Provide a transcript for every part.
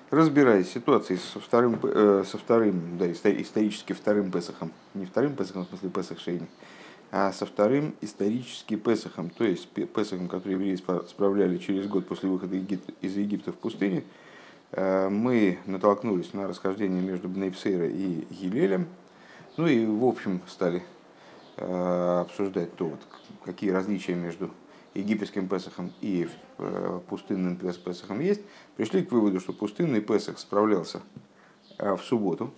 Разбираясь с ситуацией со вторым, да, исторически вторым Песахом, не вторым Песахом, в смысле Песах Шейни, а со вторым исторически Песахом, то есть Песахом, который евреи справляли через год после выхода из Египта в пустыне, мы натолкнулись на расхождение между Бней Бсейра и Гилелем, ну и в общем стали обсуждать то, вот, какие различия между египетским Песахом и пустынным Песахом есть, пришли к выводу, что пустынный Песах справлялся в субботу,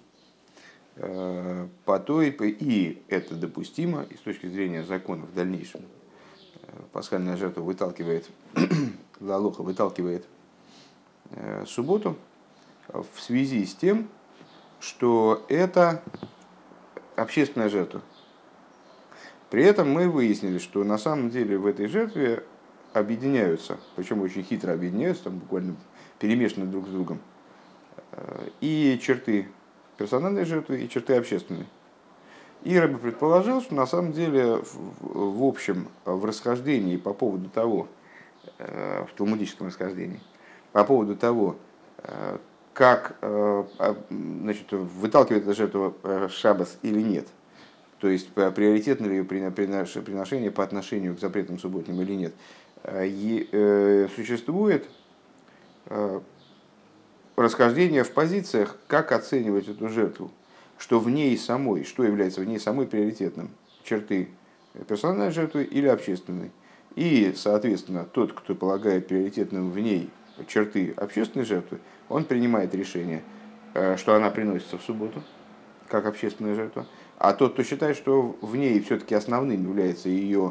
и это допустимо, и с точки зрения закона в дальнейшем пасхальная жертва выталкивает, лалоха выталкивает субботу в связи с тем, что это общественная жертва. При этом мы выяснили, что на самом деле в этой жертве объединяются, причем очень хитро объединяются, там буквально перемешаны друг с другом, и черты персональной жертвы, и черты общественной. И Рэбе предположил, что на самом деле в общем в расхождении по поводу того, в талмудическом расхождении, по поводу того, как выталкивает эта жертва шаббас или нет, то есть приоритетно ли приношение по отношению к запретам субботним или нет, существует расхождение в позициях, как оценивать эту жертву, что в ней самой, что является в ней самой приоритетным, черты персональной жертвы или общественной. И, соответственно, тот, кто полагает приоритетным в ней черты общественной жертвы, он принимает решение, что она приносится в субботу, как общественная жертва. А тот, кто считает, что в ней все-таки основным являются ее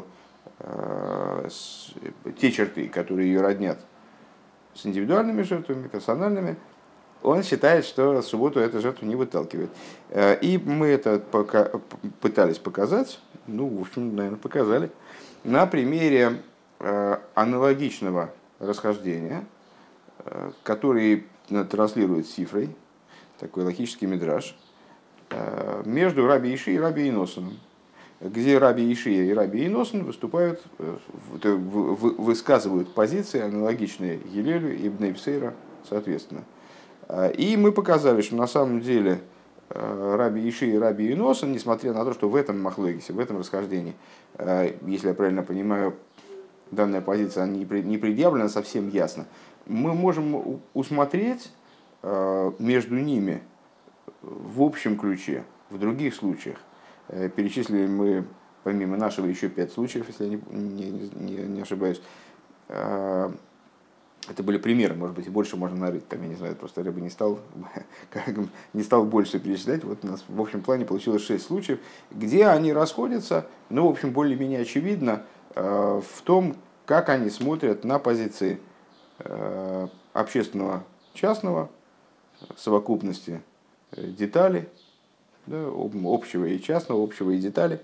те черты, которые ее роднят с индивидуальными жертвами, персональными, он считает, что субботу эту жертву не выталкивает. И мы это пытались показать, в общем, наверное, показали, на примере аналогичного расхождения, который транслирует Сифрей, такой логический мидраш, между Раби Иши и Раби Иносоном, где Раби Ишия и Раби Иносон выступают, высказывают позиции, аналогичные Гилелю и Бней Бсейра, соответственно. И мы показали, что на самом деле Раби Иши и Раби Иносон, несмотря на то, что в этом махлогисе, в этом расхождении, если я правильно понимаю, данная позиция не предъявлена совсем ясно, мы можем усмотреть между ними в общем ключе, в других случаях. Перечислили мы, помимо нашего, еще 5 случаев, если я не ошибаюсь. Это были примеры, может быть, и больше можно нарыть. Там, я не знаю, просто я бы не стал больше перечислять. Вот у нас в общем плане получилось 6 случаев, где они расходятся, в общем, более-менее очевидно в том, как они смотрят на позиции общественного, частного, совокупности деталей, да, общего и частного, общего и детали.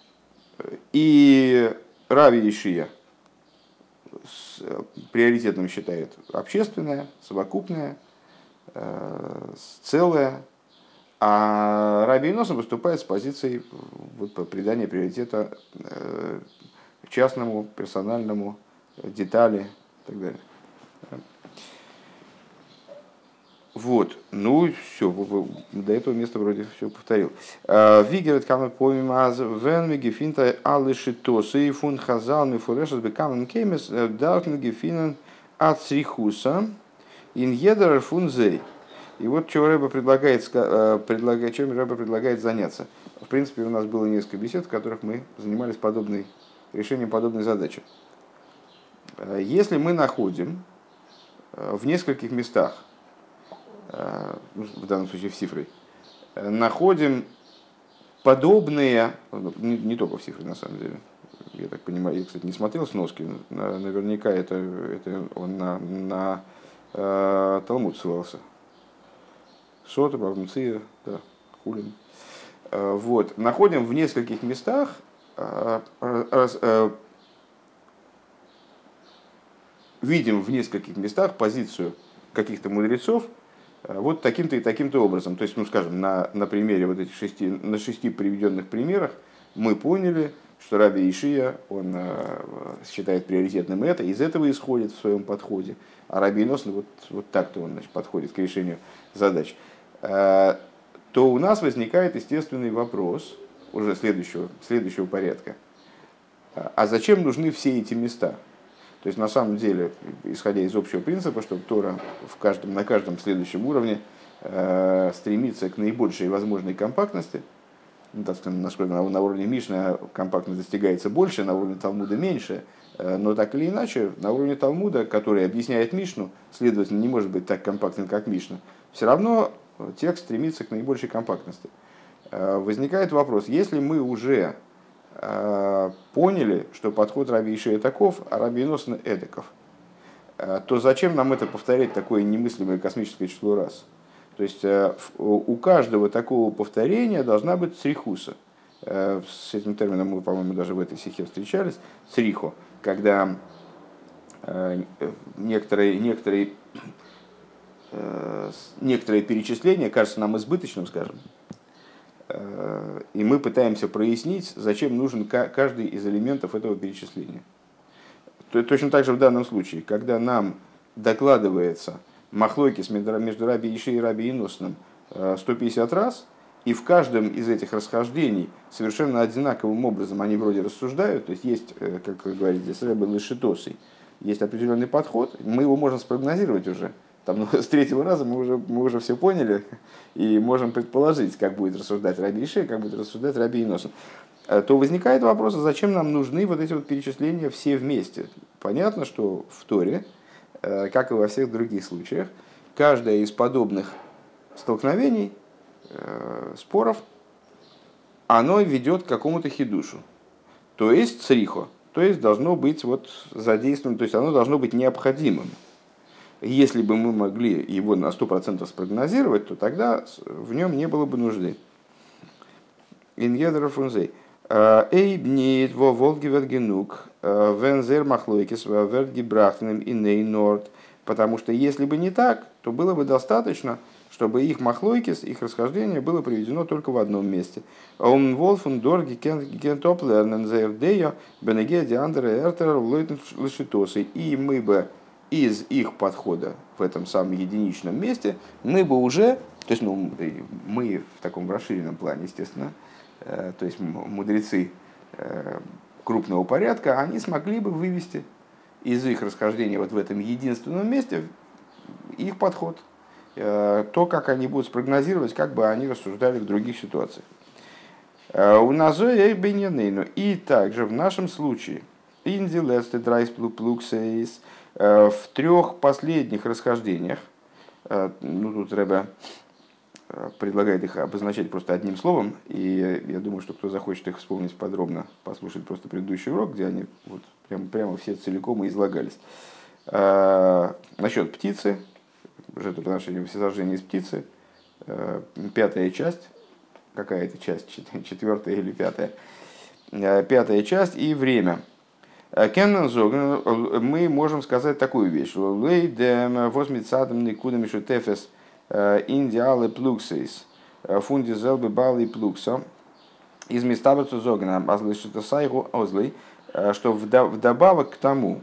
И Рави Ишия приоритетным считает общественное, совокупное, целое, а Раби Иносон выступает с позицией придания приоритета частному, персональному, детали и так далее. Вот, все, до этого места вроде все повторил. Вигерет камет помимо вен гефинта алышитосы и фун хазал мифурешас бекамен кемес даутен гефинен ацрихуса иньедер фунзей. И вот что Рэбе предлагает заняться. В принципе, у нас было несколько бесед, в которых мы занимались решением подобной задачи. Если мы находим в нескольких местах, в данном случае в Сифре, находим подобные, не только в Сифре на самом деле, я так понимаю, я, кстати, не смотрел сноски, наверняка это он на Талмуд ссылался. Сота, Бавмция, да, Хулин. Вот, находим в нескольких местах видим в нескольких местах позицию каких-то мудрецов вот таким-то и таким-то образом. То есть, скажем, на примере вот этих 6 приведенных примерах мы поняли, что Раби Ишия, он считает приоритетным это, из этого исходит в своем подходе, а Раби Носон вот так-то он, значит, подходит к решению задач, то у нас возникает естественный вопрос уже следующего порядка. А зачем нужны все эти места? То есть, на самом деле, исходя из общего принципа, что Тора на каждом следующем уровне стремится к наибольшей возможной компактности, ну, так сказать, насколько на уровне Мишны компактность достигается больше, на уровне Талмуда меньше, но так или иначе, на уровне Талмуда, который объясняет Мишну, следовательно, не может быть так компактен, как Мишна, все равно текст стремится к наибольшей компактности. Возникает вопрос, если мы уже поняли, что подход Раби Ишия таков, а Раби Носон эдаков, то зачем нам это повторять такое немыслимое космическое число раз? То есть у каждого такого повторения должна быть црихуса. С этим термином мы, по-моему, даже в этой стихе встречались. Црихо, когда некоторые перечисления кажется нам избыточным, скажем, и мы пытаемся прояснить, зачем нужен каждый из элементов этого перечисления. Точно так же в данном случае, когда нам докладывается махлойкис между Раби Иши и Раби Иносным 150 раз, и в каждом из этих расхождений совершенно одинаковым образом они вроде рассуждают, то есть есть, как говорит здесь Рэбе Лешитосый, есть определенный подход, мы его можем спрогнозировать уже. Там, с третьего раза мы уже все поняли и можем предположить, как будет рассуждать Раби Иши, как будет рассуждать Раби Иносон. То возникает вопрос, зачем нам нужны вот эти вот перечисления все вместе. Понятно, что в Торе, как и во всех других случаях, каждое из подобных столкновений, споров, оно ведет к какому-то хидушу. То есть црихо, то есть должно быть задействовано, то есть оно должно быть необходимым. Если бы мы могли его на 100% спрогнозировать, то тогда в нем не было бы нужды. Ингедер фунзей. Эйб нит во волгивер генук, вензер махлойкис верги брахтным и ней норд. Потому что если бы не так, то было бы достаточно, чтобы их махлойкис, их расхождение было приведено только в одном месте. Он волфун дорги кентоплернен зердея бенеге диандера эртер лойтен лишитосы. И мы бы из их подхода в этом самом единичном месте, мы бы уже, то есть мы в таком расширенном плане, естественно, то есть мудрецы крупного порядка, они смогли бы вывести из их расхождения вот в этом единственном месте их подход. То, как они будут спрогнозировать, как бы они рассуждали в других ситуациях. У нас же и также в нашем случае в трех последних расхождениях, тут Ребе предлагает их обозначать просто одним словом, и я думаю, что кто захочет их вспомнить подробно, послушать просто предыдущий урок, где они прямо все целиком и излагались. Насчет птицы, жертвоприношение всесожжения из птицы, 5-я часть, какая-то часть, 4-я или 5-я, 5-я часть и время. Мы можем сказать такую вещь. Индиалы плуксис, фунди зелбы балы плукса, из места зогна, что вдобавок к тому,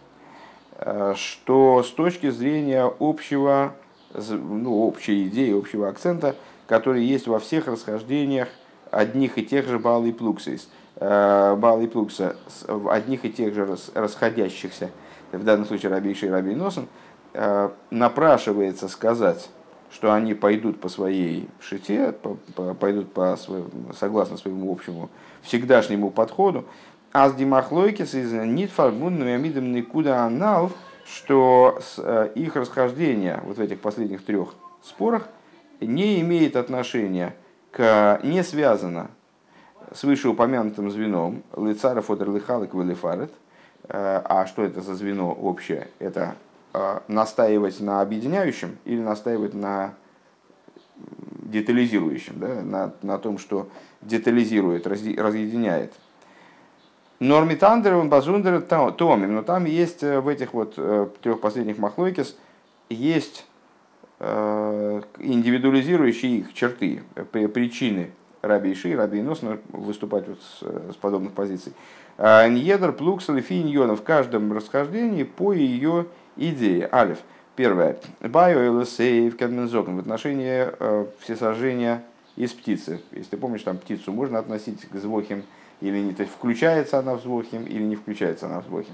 что с точки зрения общей идеи, общего акцента, который есть во всех расхождениях одних и тех же балы плуксис, балы плукса, одних и тех же расходящихся, в данном случае Раби Иши и Раби Носон, напрашивается сказать, что они пойдут по своей шите, пойдут согласно своему общему всегдашнему подходу, а с димахлойкис из нитфарбунными амидом никуда анал, что их расхождение вот в этих последних трех спорах не имеет отношения не связано с вышеупомянутым звеном лицара фодер лихалек валифарет. А что это за звено общее? Это настаивать на объединяющем или настаивать на детализирующем, да? на том, что детализирует, разъединяет. Нормитандер, он базундер томим, но там есть в этих трех последних махлойкис есть индивидуализирующие их черты, причины Раби Иши, Раби Инос выступать вот с подобных позиций. Ньедер плукс лифиньона в каждом расхождении по ее идее. Алиф. Первое. Байо ЛСЕ в Кадмензоком в отношении всесожжения из птицы. Если ты помнишь, там птицу можно относить к звохим или не. То есть включается она в звохим или не включается она в звохим.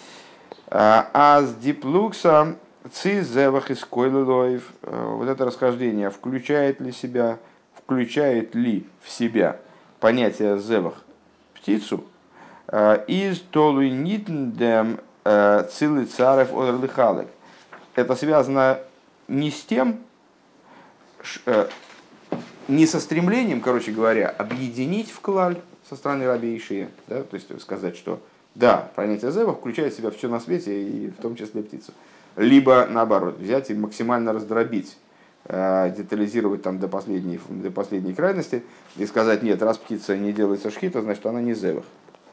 А с диплукса ци зевах из койлилоев. Вот это расхождение включает ли в себя понятие зевах птицу из толуй нитндем цилы царев орлыхалек. Это связано не с тем, не со стремлением, короче говоря, объединить в клаль со стороны Раби Ишия, да, то есть сказать, что да, понятие зевах включает в себя все на свете, и в том числе птицу. Либо наоборот, взять и максимально раздробить, детализировать там до последней крайности и сказать, нет, раз птица не делается шхита, значит она не зевах.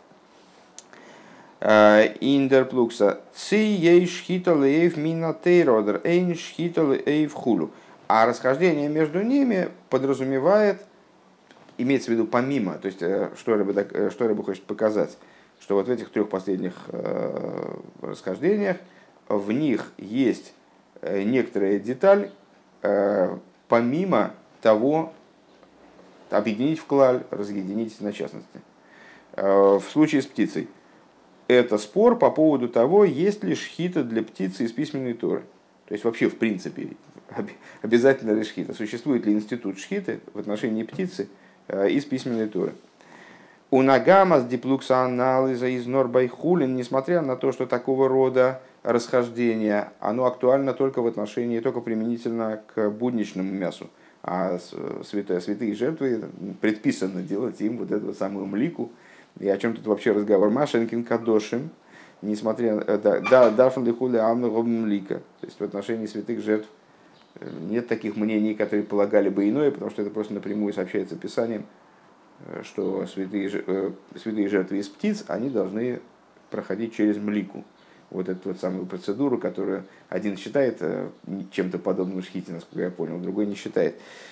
Индерплукса ци ей шхита леев минатейродер эйн шхита леев хулу. А расхождение между ними подразумевает, имеется в виду помимо, то есть что Ребе хочет показать, что вот в этих трех последних расхождениях в них есть некоторая деталь, помимо того, объединить в клаль, разъединить на частности. В случае с птицей это спор по поводу того, есть ли шхита для птицы из письменной Торы. То есть вообще в принципе обязательно ли шхита. Существует ли институт шхиты в отношении птицы из письменной Торы. У Нагамас диплукса анализа из Норбайхулин, несмотря на то, что такого рода расхождение, оно актуально только в отношении, только применительно к будничному мясу. А святые жертвы предписано делать им вот эту самую млику. И о чем тут вообще разговор? Машенкин кадошим, несмотря дафн лихуля амну млика. То есть в отношении святых жертв нет таких мнений, которые полагали бы иное, потому что это просто напрямую сообщается Писанием, что святые жертвы из птиц, они должны проходить через млику. Вот эту вот самую процедуру, которую один считает чем-то подобным шхите, насколько я понял, другой не считает.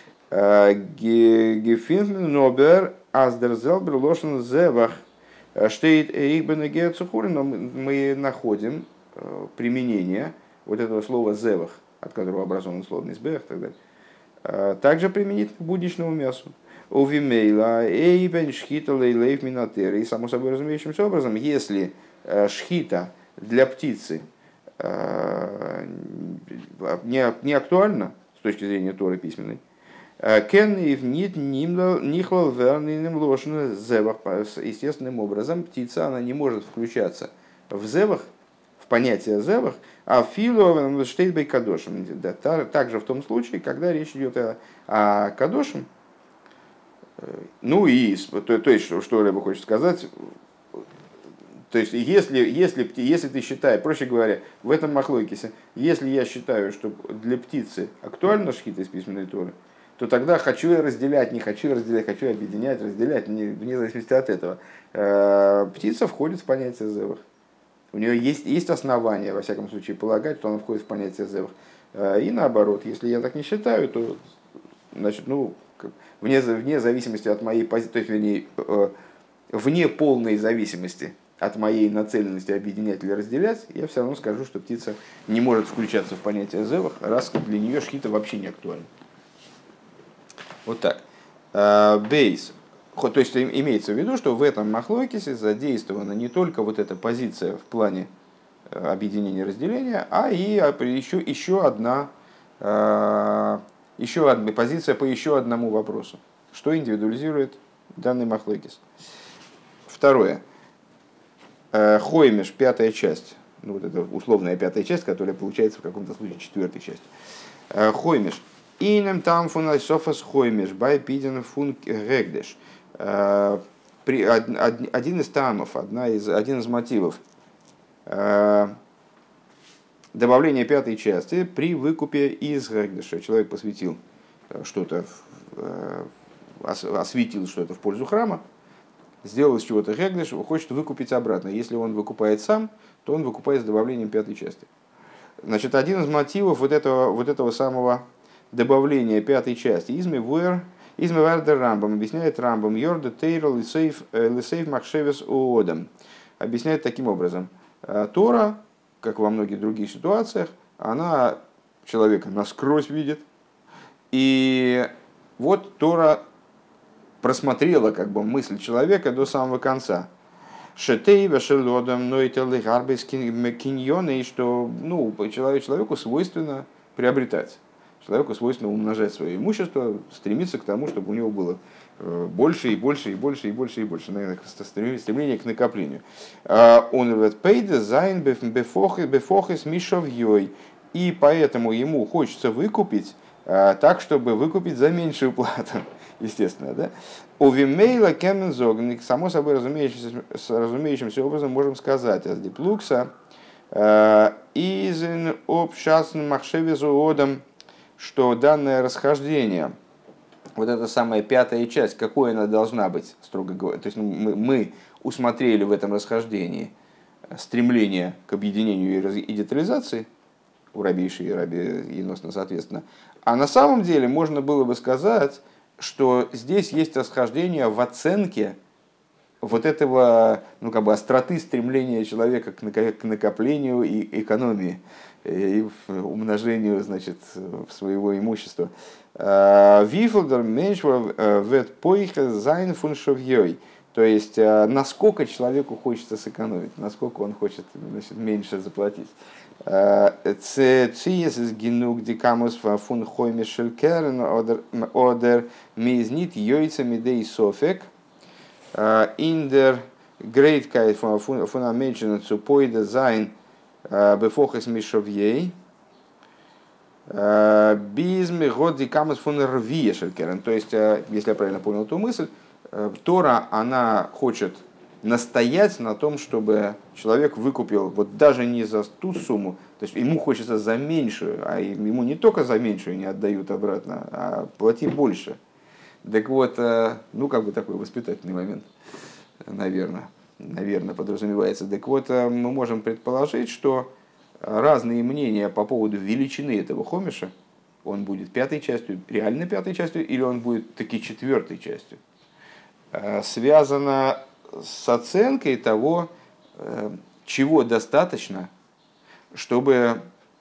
Гефинфен нобер аздерзелбер лошен зевах штейт эйхбен герцухурин, но мы находим применение вот этого слова зевах, от которого образован условный сбех и так далее, также применить к будничному мясу. Увимейла эйбен шхита лейлейв минатер. И само собой разумеющимся образом, если шхита для птицы не актуальна с точки зрения Торы письменной, кен и внит нихлал верным ложно зевах. Естественным образом птица она не может включаться в зевах, в понятие зевах, а фило штейт бей кадошем. Также в том случае, когда речь идет о кадошем. Ну и то есть, что Ребе хочет сказать, то есть, если ты считаешь, проще говоря, в этом махлойкисе, если я считаю, что для птицы актуальна шхита из письменной Торы, то тогда хочу я разделять, не хочу разделять, хочу объединять, разделять, вне зависимости от этого. Птица входит в понятие зевах. У нее есть основания, во всяком случае, полагать, что она входит в понятие зевах. И наоборот, если я так не считаю, то, значит, вне зависимости от моей позиции, то есть, вернее, вне полной зависимости от моей нацеленности объединять или разделять, я все равно скажу, что птица не может включаться в понятие зевах, раз для нее шхита вообще не актуальна. Вот так. Бейс. То есть имеется в виду, что в этом махлокисе задействована не только вот эта позиция в плане объединения и разделения, а и еще одна позиция по еще одному вопросу. Что индивидуализирует данный махлокис? Второе. Хоймеш, пятая часть. Ну, вот это условная пятая часть, которая получается в каком-то случае четвертой частью. Хоймеш. Инем там фун софас хоймеш, бай пиден фун регдеш. Один из тамов, один из мотивов добавления пятой части при выкупе из регдеша. Человек посвятил что-то, осветил что-то в пользу храма, сделал из чего-то регдеш, хочет выкупить обратно. Если он выкупает сам, то он выкупает с добавлением пятой части. Значит, один из мотивов вот этого самого добавления пятой части изми вуэр Измевардер Рамбам объясняет Рамбам Йорда Тейрл Лисейв Махшевес Уодам. Объясняет таким образом. Тора, как во многих других ситуациях, она человека насквозь видит. И вот Тора просмотрела как бы мысль человека до самого конца. Шетейва шелодам нойтелы гарбейс киньоны, и что человеку свойственно приобретать. Человеку свойственно умножать свое имущество, стремиться к тому, чтобы у него было больше и больше и больше и больше и больше. Стремление к накоплению. Он ведь пейде зайн бефохис мишовьей. И поэтому ему хочется выкупить так, чтобы выкупить за меньшую плату. Естественно, да? У Вимейла Кемензогник, само собой разумеющимся образом можем сказать, аз диплукса изен обшасн махшевизуодом, что данное расхождение, вот эта самая пятая часть, какой она должна быть, строго говоря, то есть мы усмотрели в этом расхождении стремление к объединению и детализации, у Раби Иши и Раби Еноса, соответственно, а на самом деле можно было бы сказать, что здесь есть расхождение в оценке вот этого, остроты стремления человека к накоплению и экономии, и умножению, значит, своего имущества. Вифлдер меньшего вет пойха зайн фуншовьей. То есть, насколько человеку хочется сэкономить, насколько он хочет, значит, меньше заплатить. Циес из генуг дикамус фун хоймишель керн одер мизнит йойца мидей софек индер грейткайт фунаменчен цупойда зайн бефохес мишовьей бизми год дикамус фун рвиешель керн. То есть, если я правильно понял эту мысль, Тора, она хочет настоять на том, чтобы человек выкупил вот даже не за ту сумму, то есть ему хочется за меньшую, а ему не только за меньшую не отдают обратно, а плати больше. Так вот, такой воспитательный момент, наверное, подразумевается. Так вот, мы можем предположить, что разные мнения по поводу величины этого хомиша, он будет пятой частью, реально пятой частью, или он будет таки четвертой частью, связано с оценкой того, чего достаточно, чтобы,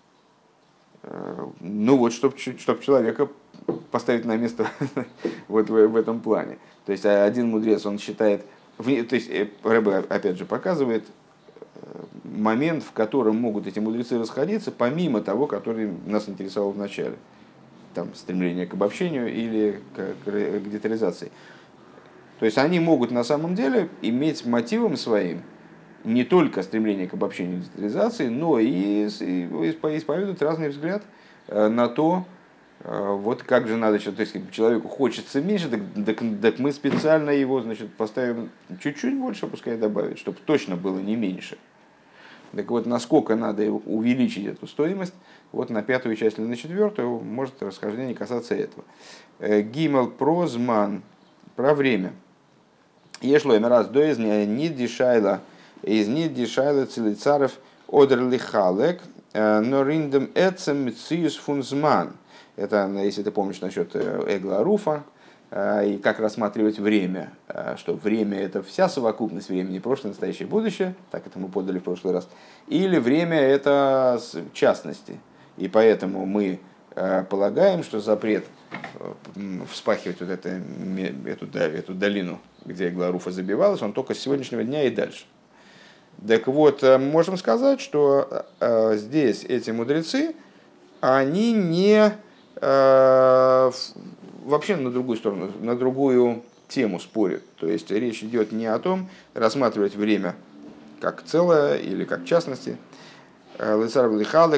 чтобы человека поставить на место вот в этом плане. То есть один мудрец, он считает, то есть Рэбе опять же показывает момент, в котором могут эти мудрецы расходиться, помимо того, который нас интересовал в начале. Там стремление к обобщению или к детализации. То есть они могут на самом деле иметь мотивом своим не только стремление к обобщению и детализации, но и исповедуют разный взгляд на то, вот как же надо, то есть человеку хочется меньше, так мы специально его, значит, поставим чуть-чуть больше, пускай добавить, чтобы точно было не меньше. Так вот, насколько надо увеличить эту стоимость, вот на пятую часть или на четвертую может расхождение касаться этого. Гимел прозман, про время. Ешло им раз до из нид дешайла целицарев одерли халек, но риндем эцем мциюс фунзман. Это, если ты помнишь насчет Эгла Руфа, и как рассматривать время, что время это вся совокупность времени, прошлое, настоящее, будущее, так это мы подали в прошлый раз, или время это частности. И поэтому мы полагаем, что запрет вспахивать вот эту долину, где Эгла Руфа забивалась, он только с сегодняшнего дня и дальше. Так вот, можем сказать, что здесь эти мудрецы, они не вообще на другую сторону, на другую тему спорят. То есть речь идет не о том, рассматривать время как целое или как частности. Может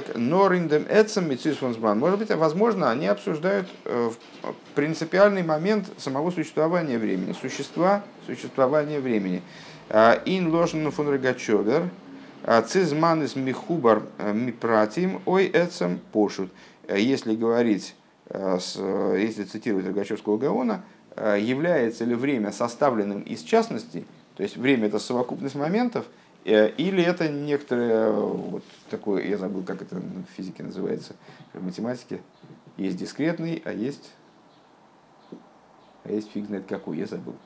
быть, возможно, они обсуждают принципиальный момент самого существования времени, существования времени. Ин ложен фун регачовер, цизман из михубар мипратим, ой эцем пошут. Если говорить, если цитировать Рогачевского Гаона, является ли время составленным из частностей, то есть время это совокупность моментов, или это некоторое, вот такое, я забыл, как это в физике называется, в математике, есть дискретный, а есть а есть фиг знает какой, я забыл.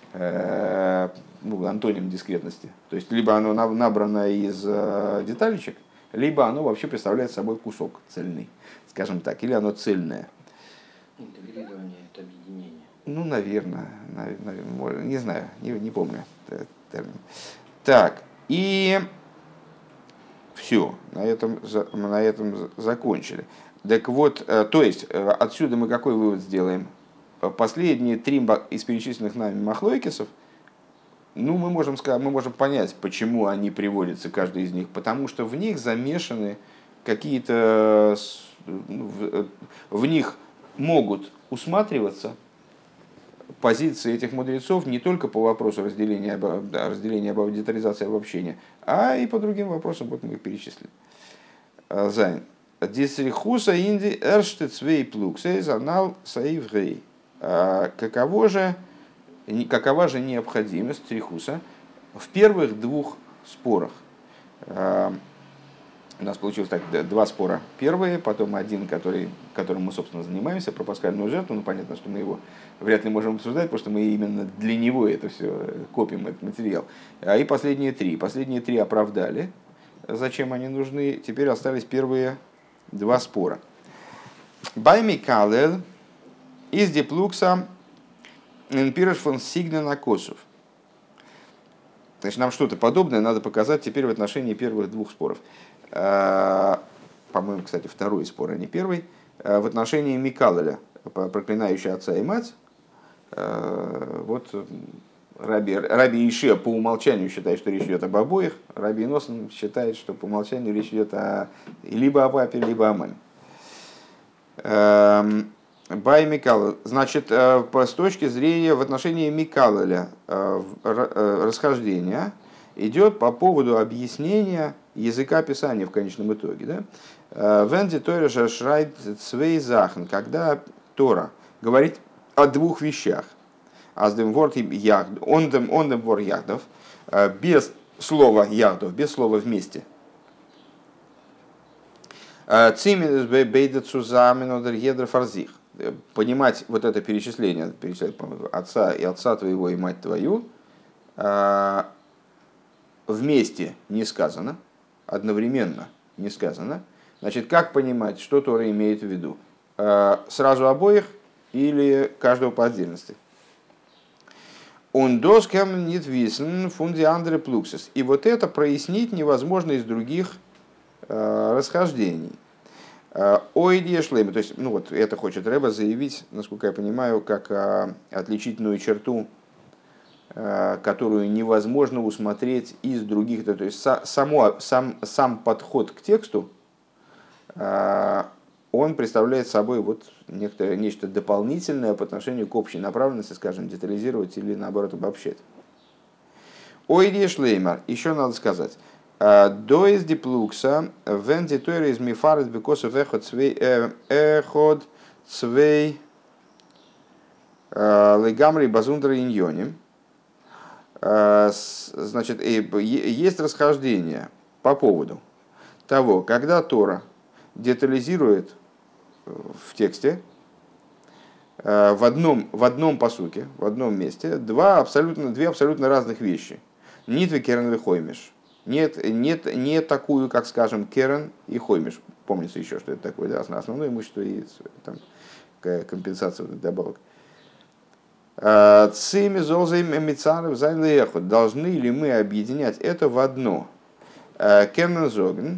Ну, антоним дискретности. То есть, либо оно набрано из деталечек, либо оно вообще представляет собой кусок цельный, скажем так, или оно цельное. Интегрирование – это объединение. Ну, наверное, не знаю, не помню термин. Так, и все, на этом закончили. Так вот, то есть, отсюда мы какой вывод сделаем? Последние три из перечисленных нами махлойкесов, ну, мы можем понять, почему они приводятся, каждый из них, потому что в них замешаны какие-то, в них могут усматриваться позиции этих мудрецов не только по вопросу разделения детализации обобщения, а и по другим вопросам, вот мы их перечислили. Зайн. Дисрихуса инди эрштецвей плуксей занал саивгей. Какова же необходимость рихуса в первых двух спорах? У нас получилось так, два спора первые, потом один, которым мы, собственно, занимаемся, про пасхальную жертву. Ну, понятно, что мы его вряд ли можем обсуждать, потому что мы именно для него это все копим, этот материал. И последние три. Последние три оправдали, зачем они нужны. Теперь остались первые два спора. Байми калел из диплукса инпираш фон сигнена косов. Значит, нам что-то подобное надо показать теперь в отношении первых двух споров. По-моему, кстати, второй спор, а не первый. В отношении Микалеля, проклинающий отца и мать. Вот Раби Ишия по умолчанию считает, что речь идет об обоих. Раби Носон считает, что по умолчанию речь идет либо о папе, либо о маме. Бай Микалель. Значит, с точки зрения в отношении Микалеля расхождения идет по поводу объяснения языка Писания в конечном итоге. Венди Тора шрайб цвей захн, когда Тора говорит о двух вещах. Аздем ворт ягд, ондем вор ягдов, без слова ягдов, без слова вместе. Циминес бейда цузамен одер едер фарзих. Понимать вот это перечисление, перечислять отца и отца твоего и мать твою, вместе не сказано, одновременно не сказано. Значит, как понимать, что Тора имеет в виду? Сразу обоих или каждого по отдельности? Он доскам нет висен фунди андре плуксис. И вот это прояснить невозможно из других расхождений. Ойдия шлейма, то есть, ну вот это хочет Ребе заявить, насколько я понимаю, как отличительную черту, которую невозможно усмотреть из других, то есть сам подход к тексту, он представляет собой вот нечто дополнительное по отношению к общей направленности, скажем, детализировать или наоборот обобщать. Ойдия шлеймар, еще надо сказать. До из диплукса венди тойра из мифарет бекосов эхот цвей легамри базундра иньоним. Значит, есть расхождение по поводу того, когда Тора детализирует в тексте в одном пасуке, в одном месте, две абсолютно разных вещи. Нитве керен и хоймиш. Не такую, как, скажем, керен и хоймиш. Помнится еще, что это такое, да, основное имущество и там, компенсация добавок. Цими золзаим эмицаров зайлехот. Должны ли мы объединять это в одно? Керен зоген.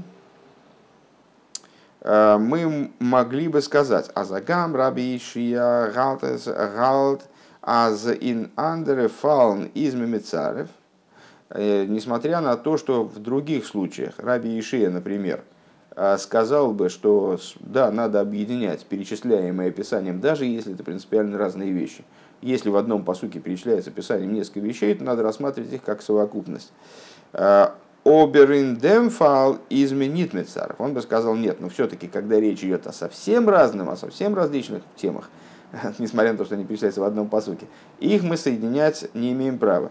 Мы могли бы сказать, азагам раби ишия галт аз ин андере фалн из мемицарев, несмотря на то, что в других случаях раби Ишия, например, сказал бы, что да, надо объединять перечисляемое Писанием, даже если это принципиально разные вещи. Если в одном пасуке перечисляется Писанием несколько вещей, то надо рассматривать их как совокупность. Обериндемфал изменит мецаров. Он бы сказал, нет, но все-таки, когда речь идет о совсем разном, о совсем различных темах, несмотря на то, что они перечисляются в одном пасуке, их мы соединять не имеем права.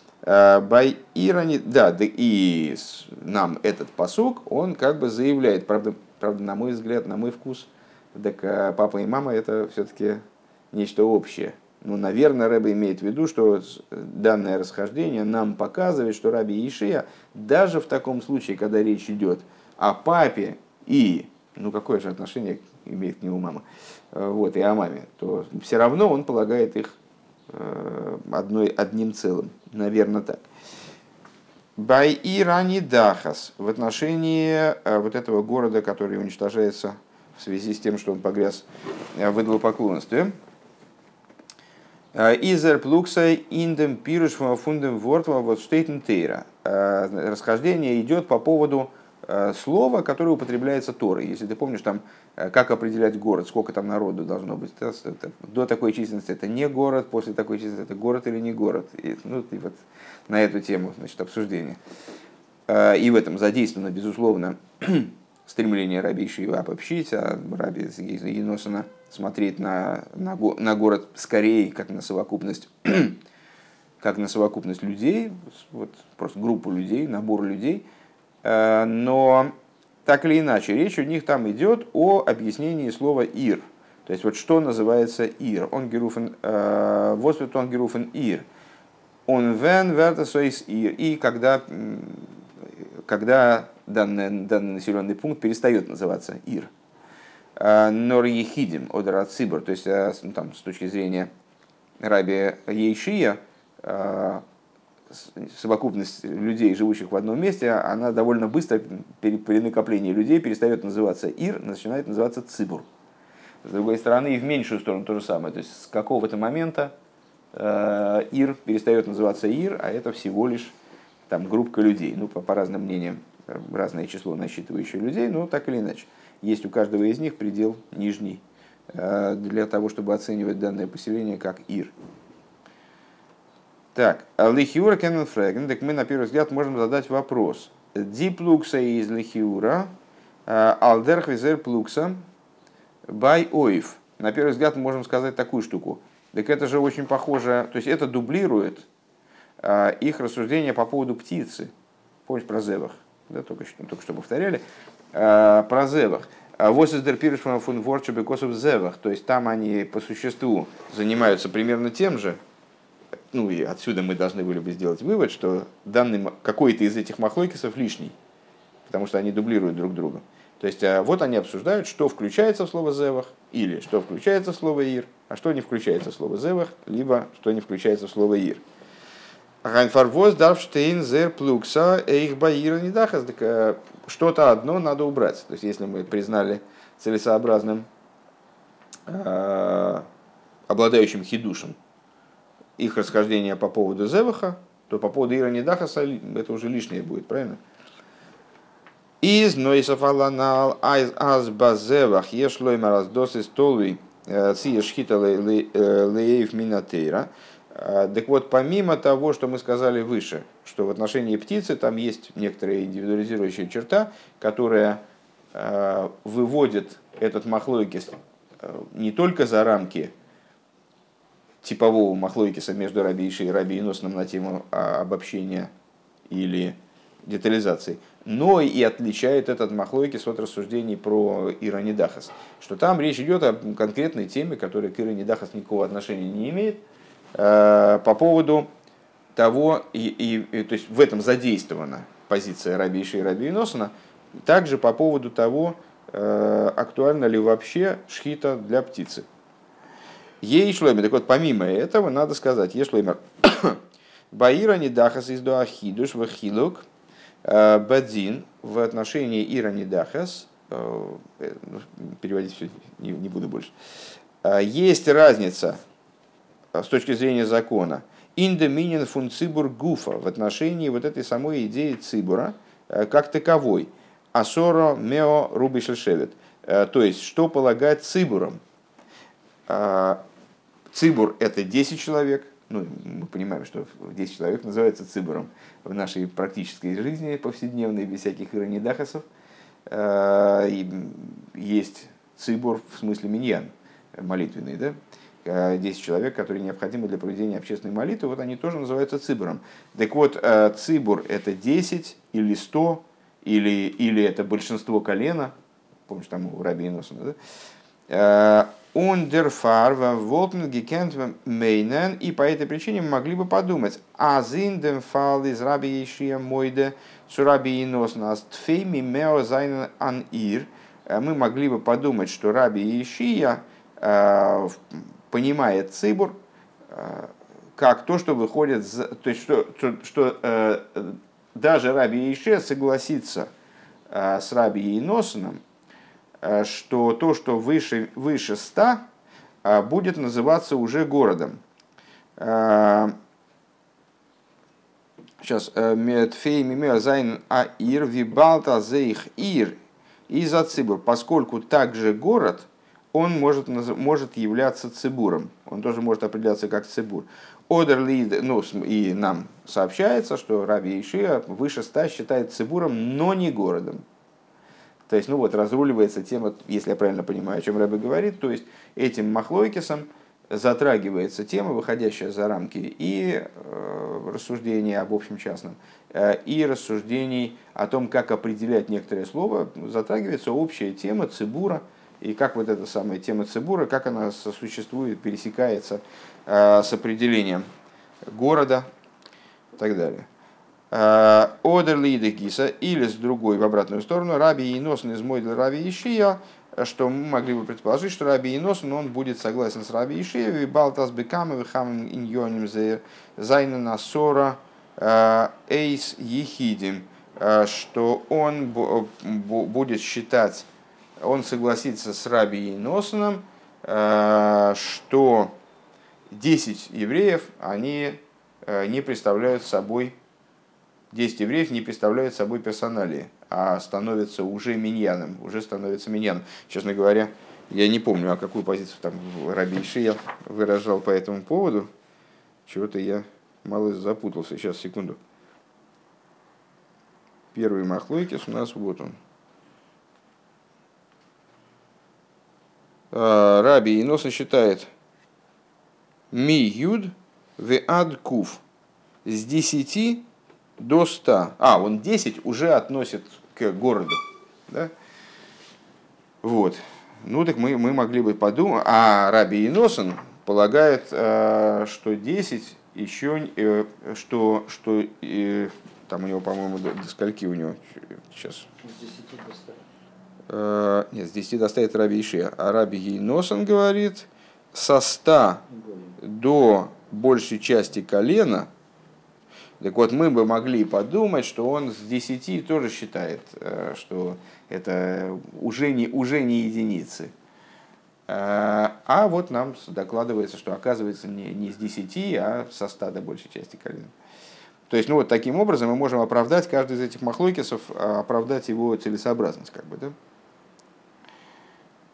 Да, и нам этот пасук, он как бы заявляет, правда, на мой взгляд, на мой вкус, так папа и мама это все-таки нечто общее. Ну, наверное, Рэбе имеет в виду, что данное расхождение нам показывает, что Раби Ишия, даже в таком случае, когда речь идет о папе и, ну какое же отношение имеет к нему мама, вот, и о маме, то все равно он полагает их одним целым. Наверное, так. Бай Ирани Дахас в отношении вот этого города, который уничтожается в связи с тем, что он погряз в идолопоклонстве. Изер плукса индем пируш фундем вортва вот штейтен тейра. Расхождение идет по поводу слова, которое употребляется Торой. Если ты помнишь, там, как определять город, сколько там народу должно быть. До такой численности это не город, после такой численности это город или не город. И, ну, и вот на эту тему, значит, обсуждение. И в этом задействовано, безусловно, стремление Раби Ишиа обобщить, а Раби Еносона смотреть на город скорее как на совокупность, людей, вот, просто группу людей, набор людей. Но так или иначе, речь у них там идет о объяснении слова «ир». То есть, вот что называется «ир». «Восвет он геруфен ир». «Он вен вертасойс ир». И когда данный населенный пункт перестает называться «ир». «Нор ехидим» одра цибор. То есть, там, с точки зрения Раби Ейшия, совокупность людей, живущих в одном месте, она довольно быстро при накоплении людей перестает называться Ир, начинает называться Цибур. С другой стороны, и в меньшую сторону то же самое. То есть с какого-то момента Ир перестает называться Ир, а это всего лишь там, группка людей. Ну, по разным мнениям, разное число насчитывающих людей, но так или иначе. Есть у каждого из них предел нижний для того, чтобы оценивать данное поселение как Ир. Так, лихиура кеннен фреген, так мы на первый взгляд можем задать вопрос. Диплукса из лихиура, алдерх визер плукса, бай оев. На первый взгляд мы можем сказать такую штуку. Так это же очень похоже, то есть это дублирует их рассуждение по поводу птицы. Помнишь про зевах? Да, только что повторяли. Про зевах. Вот из дерпиршма фун ворчебе косов зевах. То есть там они по существу занимаются примерно тем же. Ну и отсюда мы должны были бы сделать вывод, что данный какой-то из этих махлокисов лишний, потому что они дублируют друг друга. То есть вот они обсуждают, что включается в слово «зевах», или что включается в слово «ир», а что не включается в слово «зевах», либо что не включается в слово «ир». Что-то одно надо убрать. То есть если мы признали целесообразным, обладающим хидушем, их расхождение по поводу Зеваха, то по поводу Ира Нидахаса это уже лишнее будет, правильно? Из Нойсов Аланал Аз Базевах Ешлойма Раздос из Толви Циешхита Леев Минатейра. Так вот, помимо того, что мы сказали выше, что в отношении птицы там есть некоторая индивидуализирующая черта, которая выводит этот махлойкис не только за рамки типового махлойкиса между Раби Иши и Раби Еносоном на тему обобщения или детализации, но и отличает этот махлойкис от рассуждений про Ира Нидахас. Что там речь идет о конкретной теме, которая к Ира Нидахас никакого отношения не имеет, по поводу того, то есть в этом задействована позиция Раби Иши и Раби Еносона, также по поводу того, актуальна ли вообще шхита для птицы. Ей шлоймер. Так вот, помимо этого, надо сказать, ей шлоймер. Баира Нидахас из Дуахидуш вахилук бадзин в отношении Ира Нидахас, переводить все не буду больше, есть разница с точки зрения закона индеминин фун цибур гуфа в отношении вот этой самой идеи цибура как таковой. Асоро мео руби шельшевет. То есть, что полагать цибуром? Цибур – это 10 человек. Ну, мы понимаем, что 10 человек называется цибуром в нашей практической жизни повседневной, без всяких иронидахасов. Есть цибур в смысле миньян, молитвенный, да? 10 человек, которые необходимы для проведения общественной молитвы, вот они тоже называются цибуром. Так вот, цибур – это 10 или 100, или это большинство колена. Помнишь, там у Раби Еносона, да? Ундерфар Волтен Гекент Мейнен, и по этой причине мы могли бы подумать, а зиндем фал из раби Ешия Мойде Сураби Инос нас тфейми мео зайнен ан ир. Мы могли бы подумать, что раби Ешия понимает цибур как то, что выходит, то есть что даже раби Ешия согласится с раби Иносом, что то, что выше 100, будет называться уже городом. Сейчас. Аир вибалта зейх ир и за цибур. Поскольку также город, он может являться цибуром. Он тоже может определяться как цибур. Одерлид, ну, и нам сообщается, что раби Ишия выше 100 считает цибуром, но не городом. То есть, ну вот, разруливается тема, если я правильно понимаю, о чем Рэбе говорит, то есть этим махлойкисом затрагивается тема, выходящая за рамки и рассуждений об общем частном, и рассуждений о том, как определять некоторые слова, затрагивается общая тема цибура, и как вот эта самая тема цибура, как она сосуществует, пересекается с определением города и так далее. Одерлиды киса, или с другой в обратную сторону, раби Иносен из Мойдл раби Ишия, что мы могли бы предположить, что раби Иносен, он будет согласен с раби Ишия, и балтас бекам и хам иньоним зайна насора эйс ехидим, что он будет считать, он согласится с раби Иносеном, что 10 евреев, они не представляют собой 10 евреев не представляют собой персоналии, а становятся уже миньяном, уже становятся миньяном. Честно говоря, я не помню, а какую позицию там раби Ишия выражал по этому поводу. Чего-то я мало запутался. Сейчас, секунду. Первый махлойкис у нас вот он. Раби Иноса считает ми юд ве ад кув с 10 до 100. Он 10 уже относит к городу. Да? Вот. Ну так мы могли бы подумать. А раби Иносен полагает, что 10 еще, что там у него, по-моему, до скольки у него сейчас? С 10 до 100. Нет, с 10 до 100 это раби Ишия. А раби Иносен говорит, со 100 до большей части колена. Так вот, мы бы могли подумать, что он с 10 тоже считает, что это уже не единицы. А вот нам докладывается, что оказывается не с 10, а со 100 до большей части колена. То есть, ну вот таким образом мы можем оправдать каждый из этих махлойкисов, оправдать его целесообразность. Как бы, да?